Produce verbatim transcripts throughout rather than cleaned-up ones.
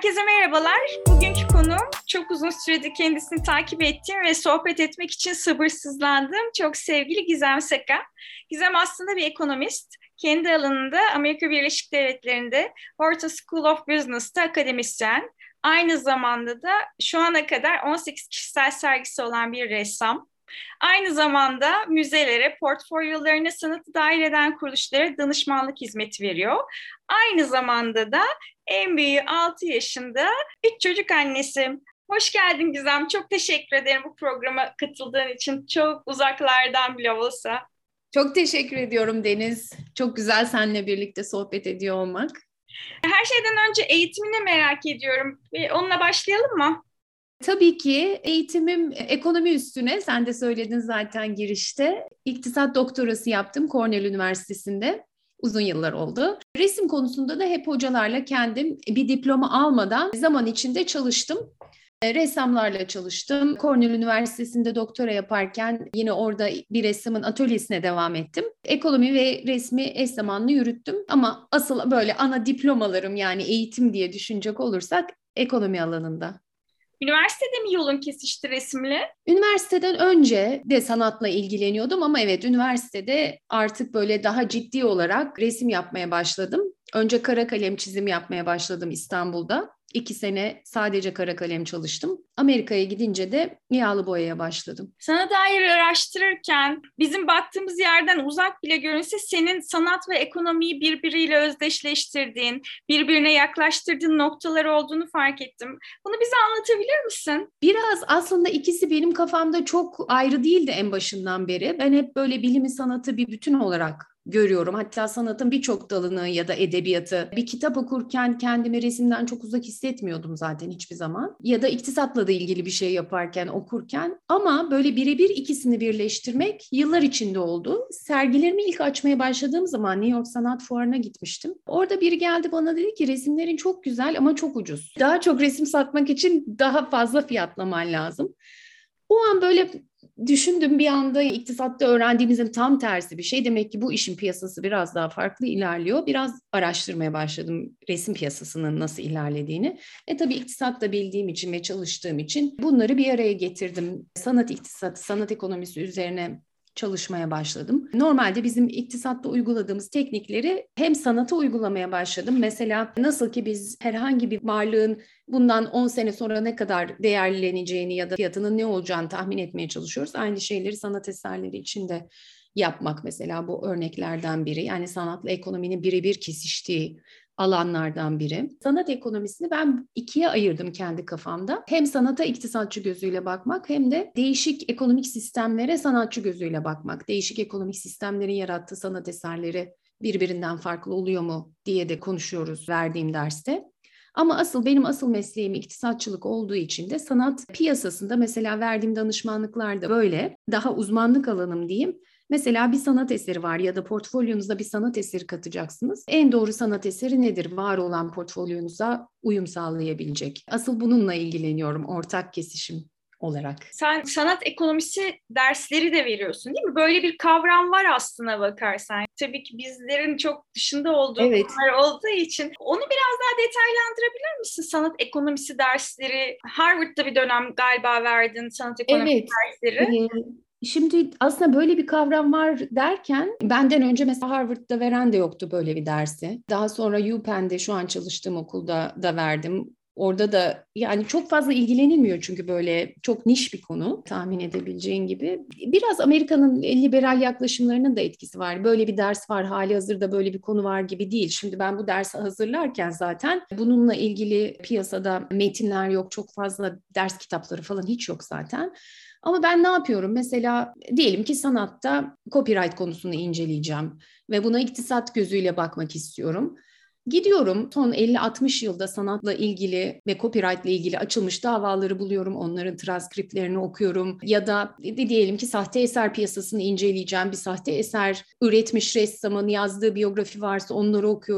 Herkese merhabalar. Bugünkü konuğum çok uzun süredir kendisini takip ettiğim ve sohbet etmek için sabırsızlandığım çok sevgili Gizem Seka. Gizem aslında bir ekonomist. Kendi alanında Amerika Birleşik Devletleri'nde Wharton School of Business'ta akademisyen. Aynı zamanda da şu ana kadar on sekiz kişisel sergisi olan bir ressam. Aynı zamanda müzelere, portfolyolarına sanatı dahil eden kuruluşlara danışmanlık hizmeti veriyor. Aynı zamanda da en büyüğü altı yaşında üç çocuk annesi. Hoş geldin Gizem. Çok teşekkür ederim bu programa katıldığın için. Çok uzaklardan bile olsa. Çok teşekkür ediyorum Deniz. Çok güzel seninle birlikte sohbet ediyor olmak. Her şeyden önce eğitimini merak ediyorum. Onunla başlayalım mı? Tabii ki eğitimim ekonomi üstüne, sen de söyledin zaten girişte. İktisat doktorası yaptım Cornell Üniversitesi'nde. Uzun yıllar oldu. Resim konusunda da hep hocalarla kendim bir diploma almadan zaman içinde çalıştım. Ressamlarla çalıştım. Cornell Üniversitesi'nde doktora yaparken yine orada bir ressamın atölyesine devam ettim. Ekonomi ve resmi eş zamanlı yürüttüm. Ama asıl böyle ana diplomalarım, yani eğitim diye düşünecek olursak, ekonomi alanında. Üniversitede mi yolun kesişti resimle? Üniversiteden önce de sanatla ilgileniyordum ama evet, üniversitede artık böyle daha ciddi olarak resim yapmaya başladım. Önce kara kalem çizim yapmaya başladım İstanbul'da. İki sene sadece kara kalem çalıştım. Amerika'ya gidince de yağlı boyaya başladım. Sana dair araştırırken bizim baktığımız yerden uzak bile görünse senin sanat ve ekonomiyi birbiriyle özdeşleştirdiğin, birbirine yaklaştırdığın noktalar olduğunu fark ettim. Bunu bize anlatabilir misin? Biraz aslında ikisi benim kafamda çok ayrı değildi en başından beri. Ben hep böyle bilimi, sanatı bir bütün olarak görüyorum. Hatta sanatın birçok dalını ya da edebiyatı. Bir kitap okurken kendimi resimden çok uzak hissetmiyordum zaten hiçbir zaman. Ya da iktisatla da ilgili bir şey yaparken, okurken. Ama böyle birebir ikisini birleştirmek yıllar içinde oldu. Sergilerimi ilk açmaya başladığım zaman New York Sanat Fuarı'na gitmiştim. Orada biri geldi bana, dedi ki resimlerin çok güzel ama çok ucuz. Daha çok resim satmak için daha fazla fiyatlaman lazım. O an böyle düşündüm bir anda, iktisatta öğrendiğimizin tam tersi bir şey. Demek ki bu işin piyasası biraz daha farklı ilerliyor. Biraz araştırmaya başladım resim piyasasının nasıl ilerlediğini. E tabii iktisat da bildiğim için ve çalıştığım için bunları bir araya getirdim. Sanat iktisatı, sanat ekonomisi üzerine çalışmaya başladım. Normalde bizim iktisatta uyguladığımız teknikleri hem sanata uygulamaya başladım. Mesela nasıl ki biz herhangi bir varlığın bundan on sene sonra ne kadar değerleneceğini ya da fiyatının ne olacağını tahmin etmeye çalışıyoruz. Aynı şeyleri sanat eserleri için de yapmak mesela bu örneklerden biri. Yani sanatla ekonominin birebir kesiştiği alanlardan biri. Sanat ekonomisini ben ikiye ayırdım kendi kafamda. Hem sanata iktisatçı gözüyle bakmak hem de değişik ekonomik sistemlere sanatçı gözüyle bakmak. Değişik ekonomik sistemlerin yarattığı sanat eserleri birbirinden farklı oluyor mu diye de konuşuyoruz verdiğim derste. Ama asıl benim asıl mesleğim iktisatçılık olduğu için de sanat piyasasında mesela verdiğim danışmanlıklar da böyle. Daha uzmanlık alanım diyeyim. Mesela bir sanat eseri var ya da portfolyonuza bir sanat eseri katacaksınız. En doğru sanat eseri nedir? Var olan portfolyonuza uyum sağlayabilecek. Asıl bununla ilgileniyorum ortak kesişim olarak. Sen sanat ekonomisi dersleri de veriyorsun değil mi? Böyle bir kavram var aslına bakarsan. Tabii ki bizlerin çok dışında olduğu Evet. konular olduğu için onu biraz daha detaylandırabilir misin? Sanat ekonomisi dersleri, Harvard'da bir dönem galiba verdin sanat ekonomisi Evet. dersleri. Ee, Şimdi aslında böyle bir kavram var derken benden önce mesela Harvard'da veren de yoktu böyle bir dersi. Daha sonra UPenn'de şu an çalıştığım okulda da verdim. Orada da yani çok fazla ilgilenilmiyor çünkü böyle çok niş bir konu tahmin edebileceğin gibi. Biraz Amerika'nın liberal yaklaşımlarının da etkisi var. Böyle bir ders var, hali hazırda böyle bir konu var gibi değil. Şimdi ben bu dersi hazırlarken zaten bununla ilgili piyasada metinler yok, çok fazla ders kitapları falan hiç yok zaten. Ama ben ne yapıyorum? Mesela diyelim ki sanatta copyright konusunu inceleyeceğim ve buna iktisat gözüyle bakmak istiyorum. Gidiyorum son elli altmış yılda sanatla ilgili ve copyright ile ilgili açılmış davaları buluyorum. Onların transkriptlerini okuyorum. Ya da diyelim ki sahte eser piyasasını inceleyeceğim. Bir sahte eser üretmiş ressamın yazdığı biyografi varsa onları okuyorum.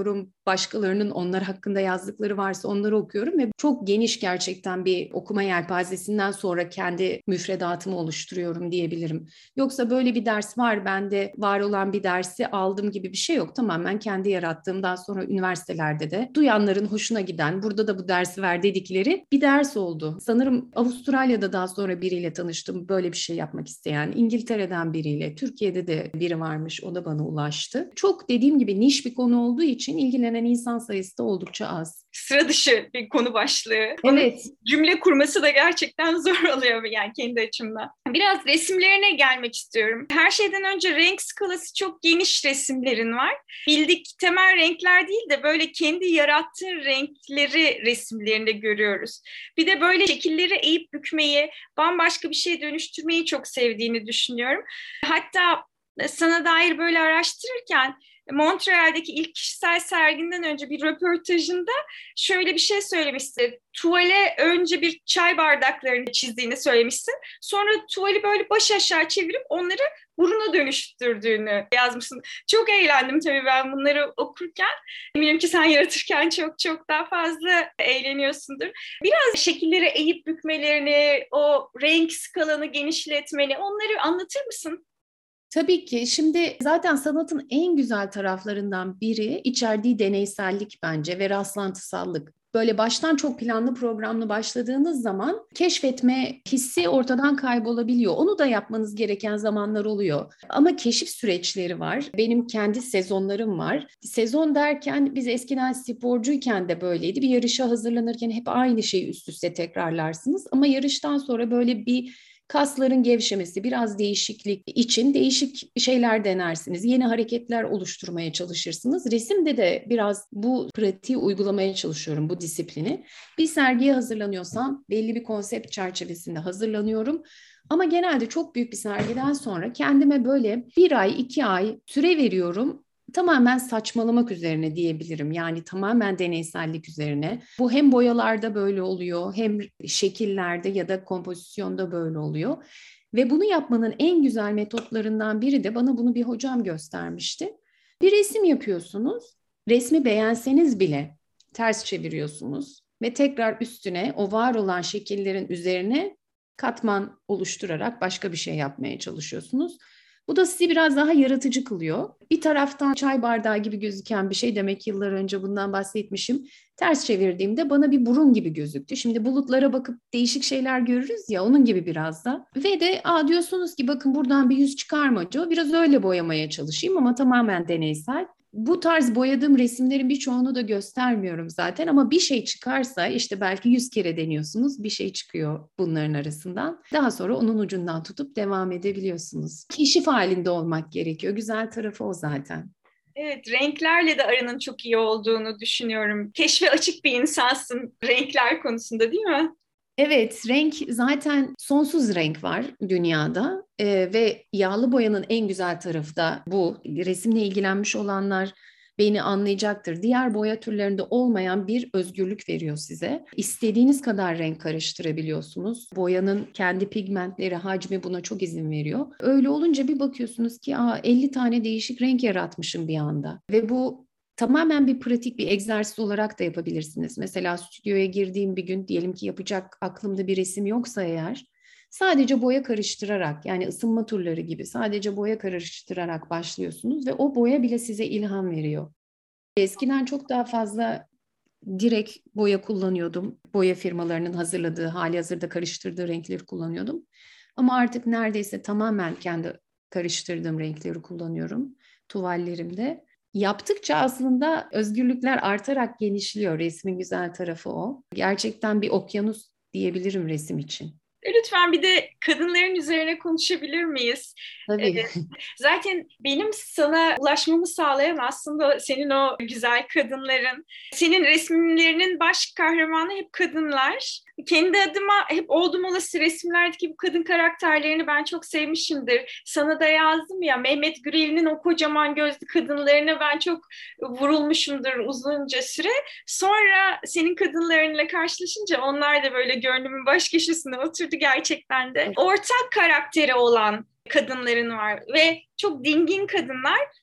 başkalarının onlar hakkında yazdıkları varsa onları okuyorum ve çok geniş gerçekten bir okuma yelpazesinden sonra kendi müfredatımı oluşturuyorum diyebilirim. Yoksa böyle bir ders var, bende var olan bir dersi aldım gibi bir şey yok. Tamamen kendi yarattığımdan sonra üniversitelerde de duyanların hoşuna giden, burada da bu dersi ver dedikleri bir ders oldu. Sanırım Avustralya'da daha sonra biriyle tanıştım, böyle bir şey yapmak isteyen. İngiltere'den biriyle, Türkiye'de de biri varmış, o da bana ulaştı. Çok dediğim gibi niş bir konu olduğu için ilgilenen insan sayısı da oldukça az. Sıra dışı bir konu başlığı. Evet. Onun cümle kurması da gerçekten zor oluyor yani kendi açımdan. Biraz resimlerine gelmek istiyorum. Her şeyden önce renk skalası çok geniş resimlerin var. Bildik temel renkler değil de böyle kendi yarattığın renkleri resimlerinde görüyoruz. Bir de böyle şekilleri eğip bükmeyi, bambaşka bir şeye dönüştürmeyi çok sevdiğini düşünüyorum. Hatta sana dair böyle araştırırken Montreal'deki ilk kişisel serginden önce bir röportajında şöyle bir şey söylemişsin. Tuvale önce bir çay bardaklarını çizdiğini söylemişsin. Sonra tuvali böyle baş aşağı çevirip onları buruna dönüştürdüğünü yazmışsın. Çok eğlendim tabii ben bunları okurken. Eminim ki sen yaratırken çok çok daha fazla eğleniyorsundur. Biraz şekilleri eğip bükmelerini, o renk skalanı genişletmeni, onları anlatır mısın? Tabii ki. Şimdi zaten sanatın en güzel taraflarından biri içerdiği deneysellik bence ve rastlantısallık. Böyle baştan çok planlı programlı başladığınız zaman keşfetme hissi ortadan kaybolabiliyor. Onu da yapmanız gereken zamanlar oluyor. Ama keşif süreçleri var. Benim kendi sezonlarım var. Sezon derken biz eskiden sporcuyken de böyleydi. Bir yarışa hazırlanırken hep aynı şeyi üst üste tekrarlarsınız. Ama yarıştan sonra böyle bir kasların gevşemesi, biraz değişiklik için değişik şeyler denersiniz. Yeni hareketler oluşturmaya çalışırsınız. Resimde de biraz bu pratiği uygulamaya çalışıyorum, bu disiplini. Bir sergiye hazırlanıyorsam belli bir konsept çerçevesinde hazırlanıyorum. Ama genelde çok büyük bir sergiden sonra kendime böyle bir ay, iki ay süre veriyorum. Tamamen saçmalamak üzerine diyebilirim. Yani tamamen deneysellik üzerine. Bu hem boyalarda böyle oluyor, hem şekillerde ya da kompozisyonda böyle oluyor. Ve bunu yapmanın en güzel metotlarından biri de bana bunu bir hocam göstermişti. Bir resim yapıyorsunuz, resmi beğenseniz bile ters çeviriyorsunuz ve tekrar üstüne o var olan şekillerin üzerine katman oluşturarak başka bir şey yapmaya çalışıyorsunuz. Bu da sizi biraz daha yaratıcı kılıyor. Bir taraftan çay bardağı gibi gözüken bir şey, demek yıllar önce bundan bahsetmişim. Ters çevirdiğimde bana bir burun gibi gözüktü. Şimdi bulutlara bakıp değişik şeyler görürüz ya, onun gibi biraz da. Ve de aa diyorsunuz ki bakın buradan bir yüz çıkar mı acaba? Biraz öyle boyamaya çalışayım ama tamamen deneysel. Bu tarz boyadığım resimlerin birçoğunu da göstermiyorum zaten ama bir şey çıkarsa işte belki yüz kere deniyorsunuz, bir şey çıkıyor bunların arasından. Daha sonra onun ucundan tutup devam edebiliyorsunuz. Keşif halinde olmak gerekiyor. Güzel tarafı o zaten. Evet, renklerle de aranın çok iyi olduğunu düşünüyorum. Keşfe açık bir insansın renkler konusunda, değil mi? Evet, renk zaten sonsuz renk var dünyada ee, ve yağlı boyanın en güzel tarafı da bu. Resimle ilgilenmiş olanlar beni anlayacaktır. Diğer boya türlerinde olmayan bir özgürlük veriyor size. İstediğiniz kadar renk karıştırabiliyorsunuz. Boyanın kendi pigmentleri, hacmi buna çok izin veriyor. Öyle olunca bir bakıyorsunuz ki aa, elli tane değişik renk yaratmışım bir anda. Ve bu tamamen bir pratik, bir egzersiz olarak da yapabilirsiniz. Mesela stüdyoya girdiğim bir gün, diyelim ki yapacak aklımda bir resim yoksa eğer, sadece boya karıştırarak, yani ısınma turları gibi sadece boya karıştırarak başlıyorsunuz ve o boya bile size ilham veriyor. Eskiden çok daha fazla direkt boya kullanıyordum. Boya firmalarının hazırladığı, halihazırda karıştırdığı renkleri kullanıyordum. Ama artık neredeyse tamamen kendi karıştırdığım renkleri kullanıyorum tuvallerimde. Yaptıkça aslında özgürlükler artarak genişliyor. Resmin güzel tarafı o. Gerçekten bir okyanus diyebilirim resim için. Lütfen bir de kadınların üzerine konuşabilir miyiz? Ee, Tabii. zaten benim sana ulaşmamı sağlayan aslında senin o güzel kadınların. Senin resimlerinin baş kahramanı hep kadınlar. Kendi adıma hep oldum olası resimlerdeki bu kadın karakterlerini ben çok sevmişimdir. Sana da yazdım ya, Mehmet Gürel'in o kocaman gözlü kadınlarına ben çok vurulmuşumdur uzunca süre. Sonra senin kadınlarınla karşılaşınca onlar da böyle gönlümün baş köşesine oturdu gerçekten de. Ortak karakteri olan kadınların var ve çok dingin kadınlar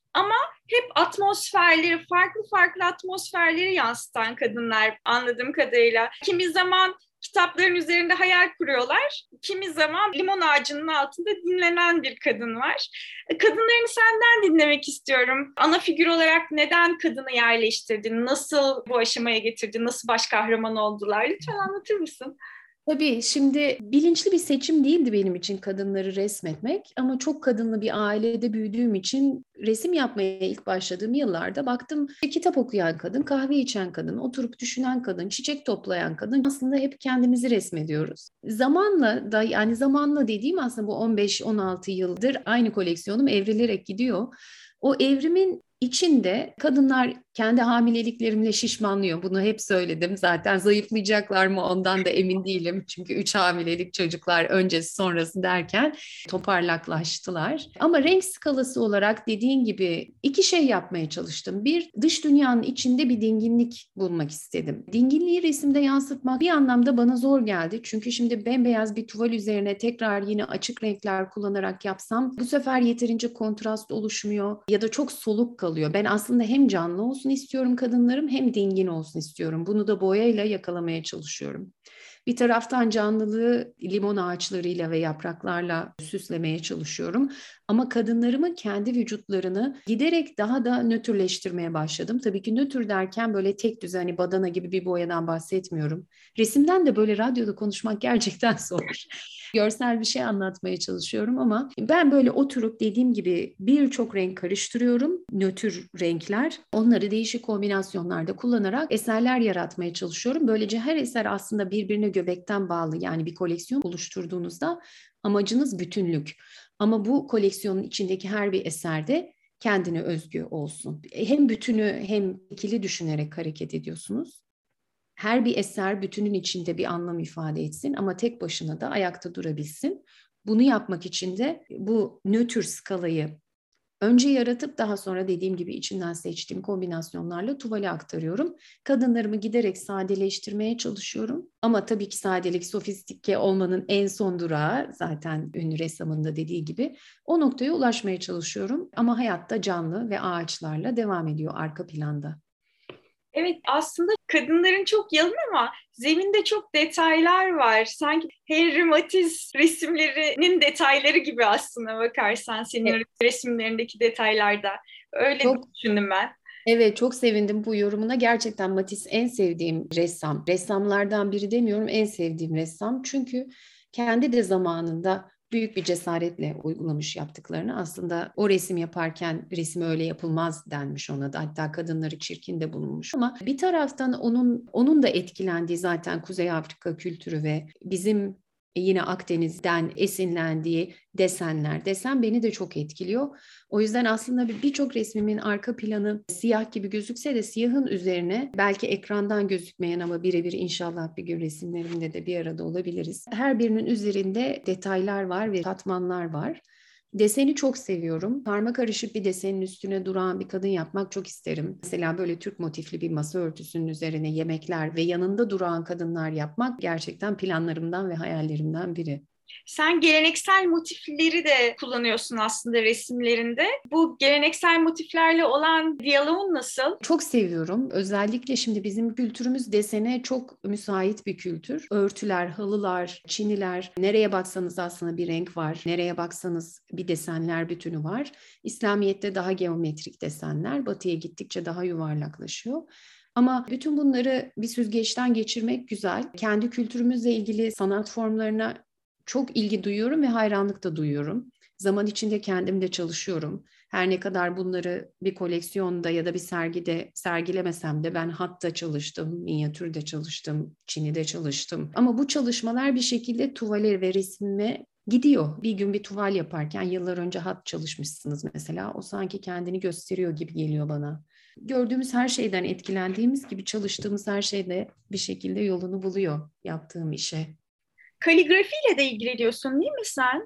Ama hep atmosferleri, farklı farklı atmosferleri yansıtan kadınlar anladığım kadarıyla. Kimi zaman kitapların üzerinde hayal kuruyorlar. Kimi zaman limon ağacının altında dinlenen bir kadın var. Kadınlarını senden dinlemek istiyorum. Ana figür olarak neden kadını yerleştirdin? Nasıl bu aşamaya getirdin? Nasıl baş kahraman oldular? Lütfen anlatır mısın? Tabii şimdi bilinçli bir seçim değildi benim için kadınları resmetmek ama çok kadınlı bir ailede büyüdüğüm için resim yapmaya ilk başladığım yıllarda baktım kitap okuyan kadın, kahve içen kadın, oturup düşünen kadın, çiçek toplayan kadın aslında hep kendimizi resmediyoruz. Zamanla da yani zamanla dediğim aslında bu on beş on altı yıldır aynı koleksiyonum evrilerek gidiyor. O evrimin içinde kadınlar kendi hamileliklerimle şişmanlıyor. Bunu hep söyledim. Zaten zayıflayacaklar mı ondan da emin değilim. Çünkü üç hamilelik çocuklar öncesi sonrası derken toparlaklaştılar. Ama renk skalası olarak dediğin gibi iki şey yapmaya çalıştım. Bir, dış dünyanın içinde bir dinginlik bulmak istedim. Dinginliği resimde yansıtmak bir anlamda bana zor geldi. Çünkü şimdi bembeyaz bir tuval üzerine tekrar yine açık renkler kullanarak yapsam bu sefer yeterince kontrast oluşmuyor ya da çok soluk kalıyor. Ben aslında hem canlı olsun istiyorum kadınlarım hem dingin olsun istiyorum. Bunu da boyayla yakalamaya çalışıyorum. Bir taraftan canlılığı limon ağaçlarıyla ve yapraklarla süslemeye çalışıyorum. Ama kadınlarımın kendi vücutlarını giderek daha da nötrleştirmeye başladım. Tabii ki nötr derken böyle tek düze hani badana gibi bir boyadan bahsetmiyorum. Resimden de böyle radyoda konuşmak gerçekten zor. Görsel bir şey anlatmaya çalışıyorum ama ben böyle oturup dediğim gibi birçok renk karıştırıyorum. Nötr renkler. Onları değişik kombinasyonlarda kullanarak eserler yaratmaya çalışıyorum. Böylece her eser aslında birbirine göbekten bağlı. Yani bir koleksiyon oluşturduğunuzda amacınız bütünlük. Ama bu koleksiyonun içindeki her bir eserde kendine özgü olsun. Hem bütünü hem ikili düşünerek hareket ediyorsunuz. Her bir eser bütünün içinde bir anlam ifade etsin ama tek başına da ayakta durabilsin. Bunu yapmak için de bu nötr skalayı önce yaratıp daha sonra dediğim gibi içinden seçtiğim kombinasyonlarla tuvale aktarıyorum. Kadınlarımı giderek sadeleştirmeye çalışıyorum. Ama tabii ki sadelik, sofistike olmanın en son durağı zaten ünlü ressamın da dediği gibi o noktaya ulaşmaya çalışıyorum. Ama hayatta canlı ve ağaçlarla devam ediyor arka planda. Evet, aslında kadınların çok yalın ama zeminde çok detaylar var. Sanki Henri Matisse resimlerinin detayları gibi aslına bakarsan senin resimlerindeki detaylarda. Öyle Çok düşündüm ben. Evet, çok sevindim bu yorumuna. Gerçekten Matisse en sevdiğim ressam. Ressamlardan biri demiyorum, en sevdiğim ressam. Çünkü kendi de zamanında büyük bir cesaretle uygulamış yaptıklarını. Aslında o resim yaparken resim öyle yapılmaz denmiş ona da. Hatta kadınları çirkin de bulunmuş. Ama bir taraftan onun onun da etkilendiği zaten Kuzey Afrika kültürü ve bizim yine Akdeniz'den esinlendiği desenler. Desen beni de çok etkiliyor. O yüzden aslında birçok resmimin arka planı siyah gibi gözükse de siyahın üzerine belki ekrandan gözükmeyen ama birebir inşallah bir gün resimlerimde de bir arada olabiliriz. Her birinin üzerinde detaylar var ve katmanlar var. Deseni çok seviyorum. Parmak karışık bir desenin üstüne duran bir kadın yapmak çok isterim. Mesela böyle Türk motifli bir masa örtüsünün üzerine yemekler ve yanında duran kadınlar yapmak gerçekten planlarımdan ve hayallerimden biri. Sen geleneksel motifleri de kullanıyorsun aslında resimlerinde. Bu geleneksel motiflerle olan diyaloğun nasıl? Çok seviyorum. Özellikle şimdi bizim kültürümüz desene çok müsait bir kültür. Örtüler, halılar, çiniler, nereye baksanız aslında bir renk var. Nereye baksanız bir desenler bütünü var. İslamiyet'te daha geometrik desenler, batıya gittikçe daha yuvarlaklaşıyor. Ama bütün bunları bir süzgeçten geçirmek güzel. Kendi kültürümüzle ilgili sanat formlarına çok ilgi duyuyorum ve hayranlık da duyuyorum. Zaman içinde kendim de çalışıyorum. Her ne kadar bunları bir koleksiyonda ya da bir sergide sergilemesem de ben hatta çalıştım, minyatürde çalıştım, çinide çalıştım. Ama bu çalışmalar bir şekilde tuvale ve resmime gidiyor. Bir gün bir tuval yaparken yıllar önce hat çalışmışsınız mesela. O sanki kendini gösteriyor gibi geliyor bana. Gördüğümüz her şeyden etkilendiğimiz gibi çalıştığımız her şey de bir şekilde yolunu buluyor yaptığım işe. Kaligrafiyle de ilgileniyorsun değil mi sen?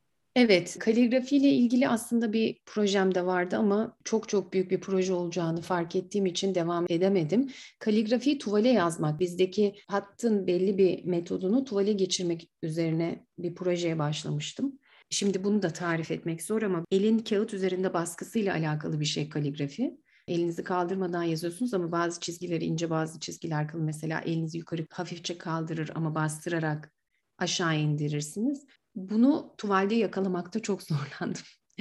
Evet, kaligrafiyle ilgili aslında bir projem de vardı ama çok çok büyük bir proje olacağını fark ettiğim için devam edemedim. Kaligrafiyi tuvale yazmak, bizdeki hattın belli bir metodunu tuvale geçirmek üzerine bir projeye başlamıştım. Şimdi bunu da tarif etmek zor ama elin kağıt üzerinde baskısıyla alakalı bir şey kaligrafi. Elinizi kaldırmadan yazıyorsunuz ama bazı çizgileri ince, bazı çizgiler kalın. Mesela elinizi yukarı hafifçe kaldırır ama bastırarak aşağı indirirsiniz. Bunu tuvalde yakalamakta çok zorlandım.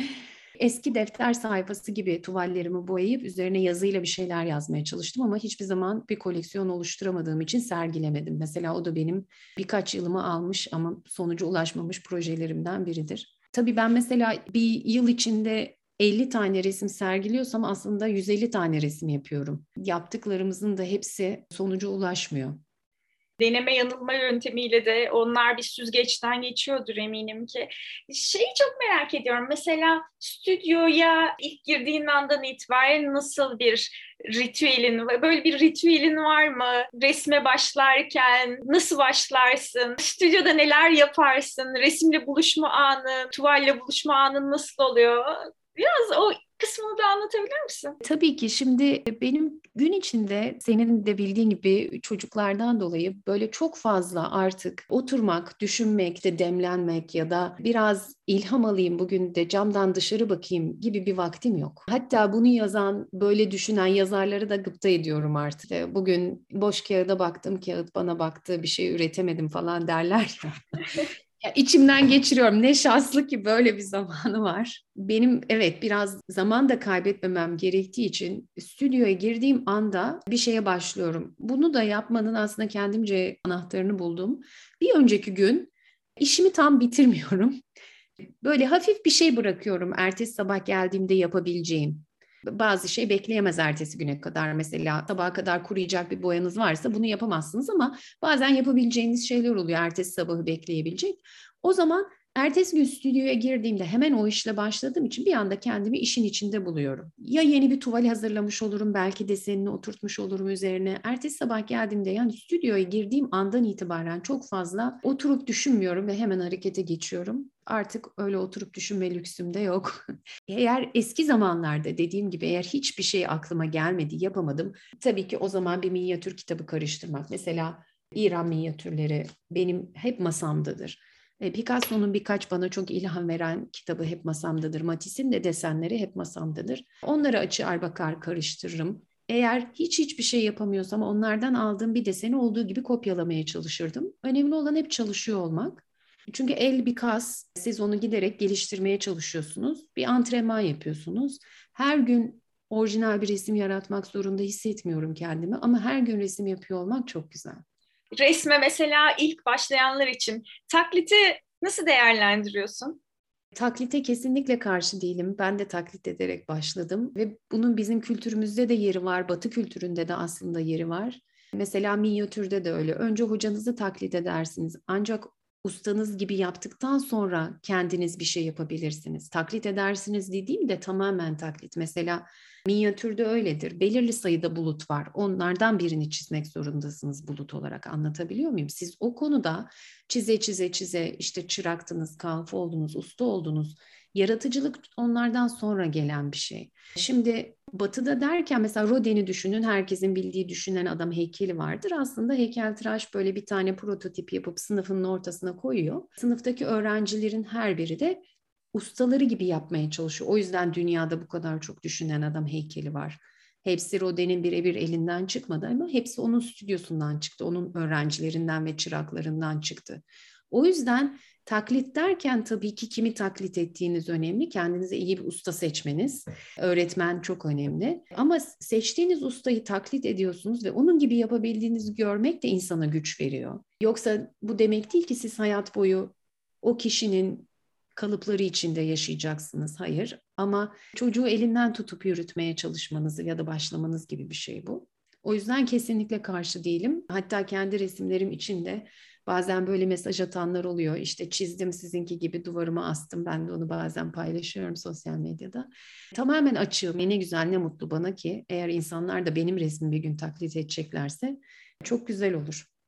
Eski defter sayfası gibi tuvallerimi boyayıp üzerine yazıyla bir şeyler yazmaya çalıştım ama hiçbir zaman bir koleksiyon oluşturamadığım için sergilemedim. Mesela o da benim birkaç yılımı almış ama sonuca ulaşmamış projelerimden biridir. Tabii ben mesela bir yıl içinde elli tane resim sergiliyorsam aslında yüz elli tane resim yapıyorum. Yaptıklarımızın da hepsi sonuca ulaşmıyor. Deneme yanılma yöntemiyle de onlar bir süzgeçten geçiyordur eminim ki. Şeyi çok merak ediyorum. Mesela stüdyoya ilk girdiğin andan itibaren nasıl bir ritüelin, böyle bir ritüelin var mı? Resme başlarken nasıl başlarsın? Stüdyoda neler yaparsın? Resimle buluşma anı, tuvalle buluşma anı nasıl oluyor? Biraz o kısmını da anlatabilir misin? Tabii ki şimdi benim gün içinde senin de bildiğin gibi çocuklardan dolayı böyle çok fazla artık oturmak, düşünmek de demlenmek ya da biraz ilham alayım bugün de camdan dışarı bakayım gibi bir vaktim yok. Hatta bunu yazan, böyle düşünen yazarları da gıpta ediyorum artık. Bugün boş kağıda baktım, kağıt bana baktı, bir şey üretemedim falan derler ya. Ya içimden geçiriyorum. Ne şanslı ki böyle bir zamanı var. Benim evet biraz zaman da kaybetmemem gerektiği için stüdyoya girdiğim anda bir şeye başlıyorum. Bunu da yapmanın aslında kendimce anahtarını buldum. Bir önceki gün işimi tam bitirmiyorum. Böyle hafif bir şey bırakıyorum ertesi sabah geldiğimde yapabileceğim. Bazı şey bekleyemez ertesi güne kadar. Mesela sabaha kadar kuruyacak bir boyanız varsa bunu yapamazsınız ama bazen yapabileceğiniz şeyler oluyor ertesi sabahı bekleyebilecek. O zaman ertesi gün stüdyoya girdiğimde hemen o işle başladığım için bir anda kendimi işin içinde buluyorum. Ya yeni bir tuval hazırlamış olurum, belki desenini oturtmuş olurum üzerine. Ertesi sabah geldiğimde yani stüdyoya girdiğim andan itibaren çok fazla oturup düşünmüyorum ve hemen harekete geçiyorum. Artık öyle oturup düşünme lüksüm de yok. Eğer eski zamanlarda dediğim gibi eğer hiçbir şey aklıma gelmedi, yapamadım. Tabii ki o zaman bir minyatür kitabı karıştırmak. Mesela İran minyatürleri benim hep masamdadır. Picasso'nun birkaç bana çok ilham veren kitabı hep masamdadır. Matisse'in de desenleri hep masamdadır. Onları açar bakar karıştırırım. Eğer hiç hiçbir şey yapamıyorsam onlardan aldığım bir deseni olduğu gibi kopyalamaya çalışırdım. Önemli olan hep çalışıyor olmak. Çünkü el bir kas, siz onu giderek geliştirmeye çalışıyorsunuz. Bir antrenman yapıyorsunuz. Her gün orijinal bir resim yaratmak zorunda hissetmiyorum kendimi ama her gün resim yapıyor olmak çok güzel. Resme mesela ilk başlayanlar için taklidi nasıl değerlendiriyorsun? Taklite kesinlikle karşı değilim. Ben de taklit ederek başladım ve bunun bizim kültürümüzde de yeri var, Batı kültüründe de aslında yeri var. Mesela minyatürde de öyle. Önce hocanızı taklit edersiniz. Ancak ustanız gibi yaptıktan sonra kendiniz bir şey yapabilirsiniz. Taklit edersiniz dediğim de tamamen taklit. Mesela minyatürde öyledir. Belirli sayıda bulut var. Onlardan birini çizmek zorundasınız bulut olarak. Anlatabiliyor muyum? Siz o konuda çize çize çize işte çıraktınız, kalfa oldunuz, usta oldunuz. Yaratıcılık onlardan sonra gelen bir şey. Şimdi Batı'da derken mesela Rodin'i düşünün, herkesin bildiği düşünen adam heykeli vardır. Aslında heykeltıraş böyle bir tane prototip yapıp sınıfının ortasına koyuyor. Sınıftaki öğrencilerin her biri de ustaları gibi yapmaya çalışıyor. O yüzden dünyada bu kadar çok düşünen adam heykeli var. Hepsi Rodin'in birebir elinden çıkmadı ama hepsi onun stüdyosundan çıktı. Onun öğrencilerinden ve çıraklarından çıktı. O yüzden taklit derken tabii ki kimi taklit ettiğiniz önemli. Kendinize iyi bir usta seçmeniz, öğretmen çok önemli. Ama seçtiğiniz ustayı taklit ediyorsunuz ve onun gibi yapabildiğinizi görmek de insana güç veriyor. Yoksa bu demek değil ki siz hayat boyu o kişinin kalıpları içinde yaşayacaksınız. Hayır. Ama çocuğu elinden tutup yürütmeye çalışmanızı ya da başlamanız gibi bir şey bu. O yüzden kesinlikle karşı değilim. Hatta kendi resimlerim için de bazen böyle mesaj atanlar oluyor. İşte çizdim sizinki gibi duvarıma astım. Ben de onu bazen paylaşıyorum sosyal medyada. Tamamen açığım. Ne güzel ne mutlu bana ki eğer insanlar da benim resmimi bir gün taklit edeceklerse çok güzel olur.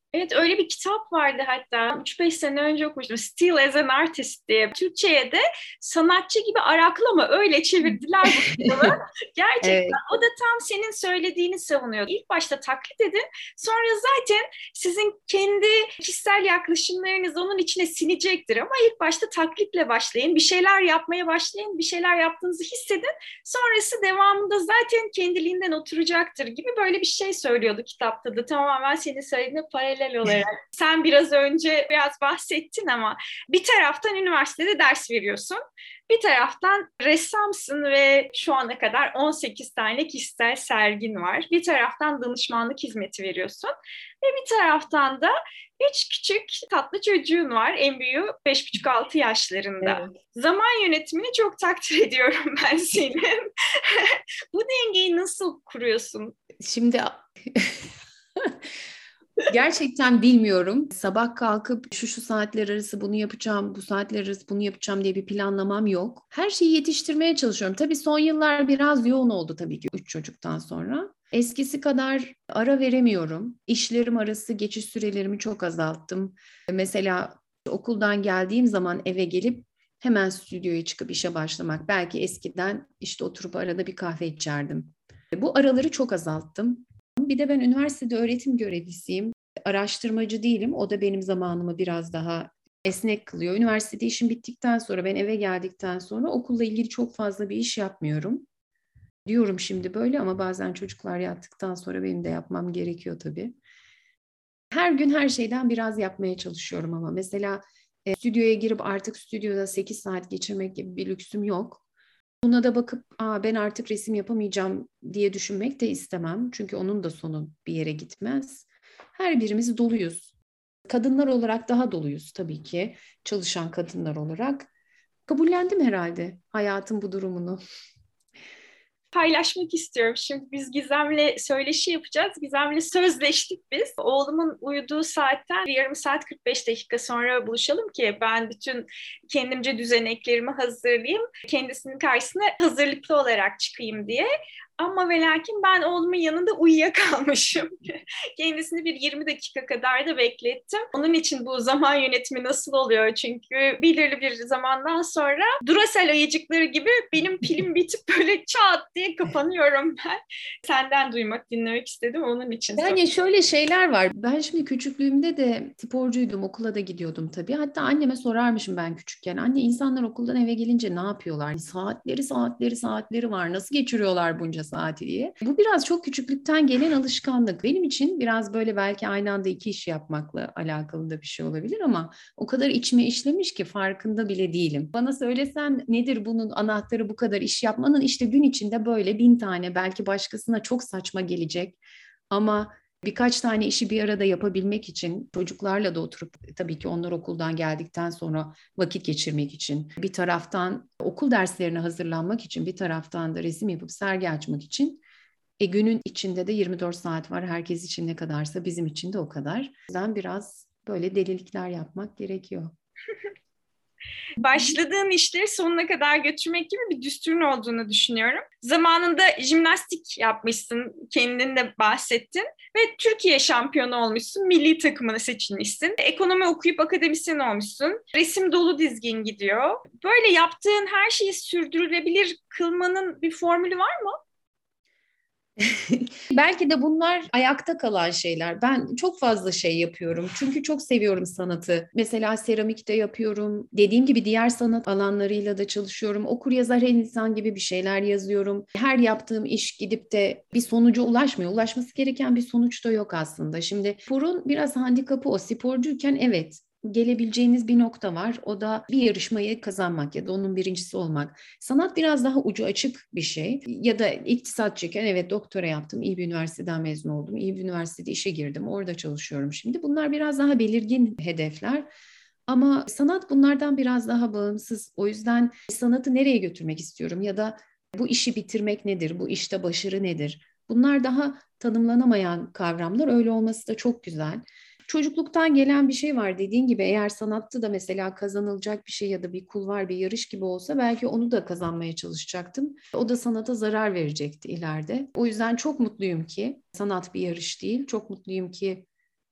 Evet, öyle bir kitap vardı hatta üç beş sene önce okumuştum. Still as an Artist diye. Türkçe'ye de sanatçı gibi araklama, öyle çevirdiler bu kitabı. Gerçekten Evet. o da tam senin söylediğini savunuyor. İlk başta taklit edin, sonra zaten sizin kendi kişisel yaklaşımlarınız onun içine sinecektir. Ama ilk başta taklitle başlayın, bir şeyler yapmaya başlayın, bir şeyler yaptığınızı hissedin. Sonrası devamında zaten kendiliğinden oturacaktır gibi böyle bir şey söylüyordu kitapta da, tamamen senin söylediğine paralel olarak. Sen biraz önce biraz bahsettin ama bir taraftan üniversitede ders veriyorsun. Bir taraftan ressamsın ve şu ana kadar on sekiz tane kişisel sergin var. Bir taraftan danışmanlık hizmeti veriyorsun. Ve bir taraftan da üç küçük tatlı çocuğun var. En büyüğü beş buçuk altı yaşlarında. Evet. Zaman yönetimini çok takdir ediyorum ben senin. Bu dengeyi nasıl kuruyorsun? Şimdi gerçekten bilmiyorum. Sabah kalkıp şu şu saatler arası bunu yapacağım, bu saatler arası bunu yapacağım diye bir planlamam yok. Her şeyi yetiştirmeye çalışıyorum. Tabii son yıllar biraz yoğun oldu tabii ki üç çocuktan sonra. Eskisi kadar ara veremiyorum. İşlerim arası geçiş sürelerimi çok azalttım. Mesela okuldan geldiğim zaman eve gelip hemen stüdyoya çıkıp işe başlamak. Belki eskiden işte oturup arada bir kahve içerdim. Bu araları çok azalttım. Bir de ben üniversitede öğretim görevlisiyim. Araştırmacı değilim. O da benim zamanımı biraz daha esnek kılıyor. Üniversitede işim bittikten sonra, ben eve geldikten sonra okulla ilgili çok fazla bir iş yapmıyorum. Diyorum şimdi böyle ama bazen çocuklar yattıktan sonra benim de yapmam gerekiyor tabii. Her gün her şeyden biraz yapmaya çalışıyorum ama mesela e, stüdyoya girip artık stüdyoda sekiz saat geçirmek gibi bir lüksüm yok. Buna da bakıp Aa, ben artık resim yapamayacağım diye düşünmek de istemem. Çünkü onun da sonu bir yere gitmez. Her birimiz doluyuz. Kadınlar olarak daha doluyuz tabii ki. Çalışan kadınlar olarak. Kabullendim herhalde hayatın bu durumunu. Paylaşmak istiyorum. Şimdi biz Gizem'le söyleşi yapacağız. Gizem'le sözleştik biz. Oğlumun uyuduğu saatten bir yarım saat kırk beş dakika sonra buluşalım ki ben bütün kendimce düzeneklerimi hazırlayayım. Kendisinin karşısına hazırlıklı olarak çıkayım diye. Ama ve lakin ben oğlumun yanında uyuyakalmışım. Kendisini bir yirmi dakika kadar da beklettim. Onun için bu zaman yönetimi nasıl oluyor? Çünkü belirli bir zamandan sonra Duracell ayıcıkları gibi benim pilim bitip böyle çat diye kapanıyorum ben. Senden duymak, dinlemek istedim. Onun için sordum. Yani şöyle şeyler var. Ben şimdi küçüklüğümde de sporcuydum. Okula da gidiyordum tabii. Hatta anneme sorarmışım ben küçükken. Anne, insanlar okuldan eve gelince ne yapıyorlar? Saatleri saatleri saatleri var. Nasıl geçiriyorlar bunca saati diye. Bu biraz çok küçüklükten gelen alışkanlık. Benim için biraz böyle belki aynı anda iki iş yapmakla alakalı da bir şey olabilir ama o kadar içime işlemiş ki farkında bile değilim. Bana söylesen nedir bunun anahtarı, bu kadar iş yapmanın? İşte gün içinde böyle bin tane, belki başkasına çok saçma gelecek ama birkaç tane işi bir arada yapabilmek için, çocuklarla da oturup tabii ki onlar okuldan geldikten sonra vakit geçirmek için, bir taraftan okul derslerine hazırlanmak için, bir taraftan da resim yapıp sergi açmak için, e, günün içinde de yirmi dört saat var. Herkes için ne kadarsa bizim için de o kadar. O yüzden biraz böyle delilikler yapmak gerekiyor. Başladığın işleri sonuna kadar götürmek gibi bir düsturun olduğunu düşünüyorum. Zamanında jimnastik yapmışsın, kendin de bahsettin ve Türkiye şampiyonu olmuşsun, milli takımına seçilmişsin. Ekonomi okuyup akademisyen olmuşsun. Resim dolu dizgin gidiyor. Böyle yaptığın her şeyi sürdürülebilir kılmanın bir formülü var mı? Belki de bunlar ayakta kalan şeyler. Ben çok fazla şey yapıyorum. Çünkü çok seviyorum sanatı. Mesela seramikte yapıyorum. Dediğim gibi diğer sanat alanlarıyla da çalışıyorum. Okur yazar her insan gibi bir şeyler yazıyorum. Her yaptığım iş gidip de bir sonuca ulaşmıyor. Ulaşması gereken bir sonuç da yok aslında. Şimdi sporun biraz handikapı o. Sporcuyken evet, gelebileceğiniz bir nokta var. O da bir yarışmayı kazanmak ya da onun birincisi olmak. Sanat biraz daha ucu açık bir şey. Ya da iktisatçıyken evet, doktora yaptım, iyi bir üniversiteden mezun oldum, iyi bir üniversitede işe girdim, orada çalışıyorum şimdi. Bunlar biraz daha belirgin hedefler. Ama sanat bunlardan biraz daha bağımsız. O yüzden sanatı nereye götürmek istiyorum ya da bu işi bitirmek nedir, bu işte başarı nedir? Bunlar daha tanımlanamayan kavramlar. Öyle olması da çok güzel. Çocukluktan gelen bir şey var dediğin gibi, eğer sanatta da mesela kazanılacak bir şey ya da bir kulvar, bir yarış gibi olsa belki onu da kazanmaya çalışacaktım. O da sanata zarar verecekti ileride. O yüzden çok mutluyum ki sanat bir yarış değil. Çok mutluyum ki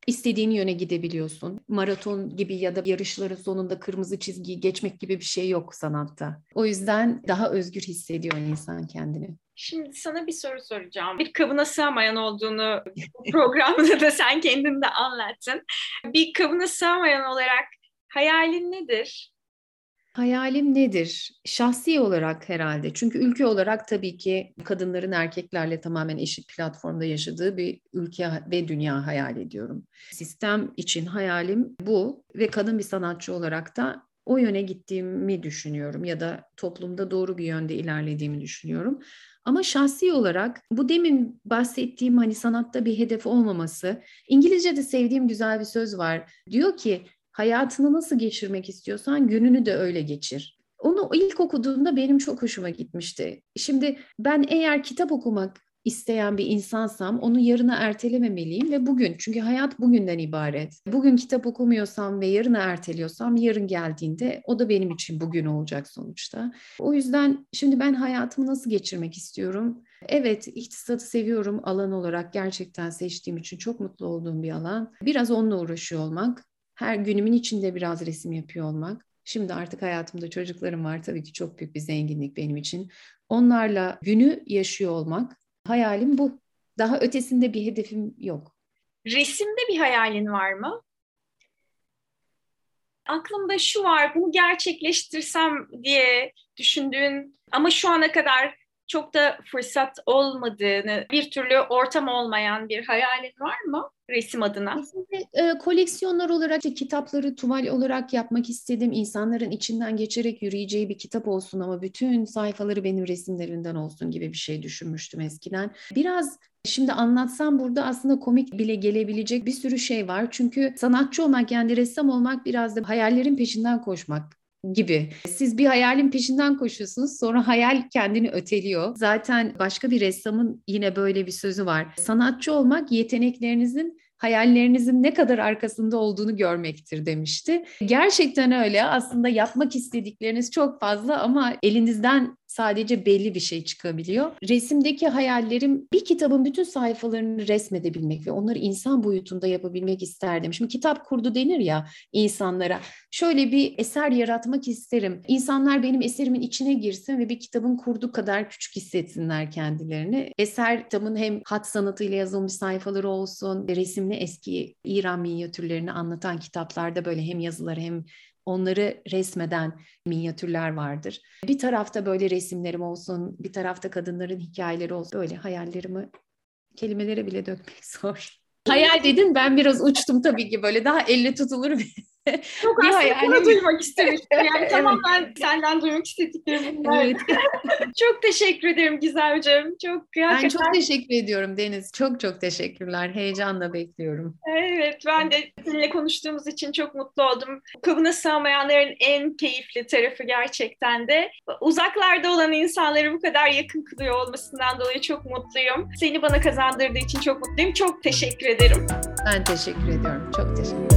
İstediğin yöne gidebiliyorsun. Maraton gibi ya da yarışların sonunda kırmızı çizgiyi geçmek gibi bir şey yok sanatta. O yüzden daha özgür hissediyor insan kendini. Şimdi sana bir soru soracağım. Bir kabına sığamayan olduğunu bu programda da sen kendin de anlattın. Bir kabına sığamayan olarak hayalin nedir? Hayalim nedir? Şahsi olarak herhalde. Çünkü ülke olarak tabii ki kadınların erkeklerle tamamen eşit platformda yaşadığı bir ülke ve dünya hayal ediyorum. Sistem için hayalim bu ve kadın bir sanatçı olarak da o yöne gittiğimi düşünüyorum ya da toplumda doğru bir yönde ilerlediğimi düşünüyorum. Ama şahsi olarak bu demin bahsettiğim hani sanatta bir hedef olmaması, İngilizce'de sevdiğim güzel bir söz var. Diyor ki, hayatını nasıl geçirmek istiyorsan gününü de öyle geçir. Onu ilk okuduğumda benim çok hoşuma gitmişti. Şimdi ben eğer kitap okumak isteyen bir insansam onu yarına ertelememeliyim ve bugün. Çünkü hayat bugünden ibaret. Bugün kitap okumuyorsam ve yarına erteliyorsam yarın geldiğinde o da benim için bugün olacak sonuçta. O yüzden şimdi ben hayatımı nasıl geçirmek istiyorum? Evet, iktisatı seviyorum alan olarak, gerçekten seçtiğim için çok mutlu olduğum bir alan. Biraz onunla uğraşıyor olmak. Her günümün içinde biraz resim yapıyor olmak. Şimdi artık hayatımda çocuklarım var. Tabii ki çok büyük bir zenginlik benim için. Onlarla günü yaşıyor olmak. Hayalim bu. Daha ötesinde bir hedefim yok. Resimde bir hayalin var mı? Aklımda şu var, bunu gerçekleştirsem diye düşündüğün ama şu ana kadar çok da fırsat olmadığını, bir türlü ortam olmayan bir hayalin var mı resim adına? Kesinlikle e, koleksiyonlar olarak, işte, kitapları tuval olarak yapmak istedim. İnsanların içinden geçerek yürüyeceği bir kitap olsun ama bütün sayfaları benim resimlerimden olsun gibi bir şey düşünmüştüm eskiden. Biraz şimdi anlatsam burada aslında komik bile gelebilecek bir sürü şey var. Çünkü sanatçı olmak, yani ressam olmak biraz da hayallerin peşinden koşmak gibi. Siz bir hayalin peşinden koşuyorsunuz, sonra hayal kendini öteliyor. Zaten başka bir ressamın yine böyle bir sözü var. Sanatçı olmak yeteneklerinizin hayallerinizin ne kadar arkasında olduğunu görmektir demişti. Gerçekten öyle. Aslında yapmak istedikleriniz çok fazla ama elinizden sadece belli bir şey çıkabiliyor. Resimdeki hayallerim bir kitabın bütün sayfalarını resmedebilmek ve onları insan boyutunda yapabilmek isterdim. Şimdi kitap kurdu denir ya insanlara. Şöyle bir eser yaratmak isterim. İnsanlar benim eserimin içine girsin ve bir kitabın kurdu kadar küçük hissetsinler kendilerini. Eser kitabın hem hat sanatıyla yazılmış sayfaları olsun, resimli eski İran minyatürlerini anlatan kitaplarda böyle hem yazıları hem onları resmeden minyatürler vardır. Bir tarafta böyle resimlerim olsun, bir tarafta kadınların hikayeleri olsun. Böyle hayallerimi kelimelere bile dökmek zor. Hayal dedin, ben biraz uçtum tabii ki, böyle daha elle tutulur bir, Çok bir aslında hayalim. bunu duymak istemiştim. Yani Evet. tamamen senden duymak istediklerim bunlar. Evet. Çok teşekkür ederim Gizemciğim. Çok Ben hakikaten. çok teşekkür ediyorum Deniz. Çok çok teşekkürler. Heyecanla bekliyorum. Evet, ben de seninle konuştuğumuz için çok mutlu oldum. Kabına sığamayanların en keyifli tarafı gerçekten de uzaklarda olan insanları bu kadar yakın kılıyor olmasından dolayı çok mutluyum. Seni bana kazandırdığı için çok mutluyum. Çok teşekkür ederim. Ben teşekkür ediyorum. Çok teşekkür ederim.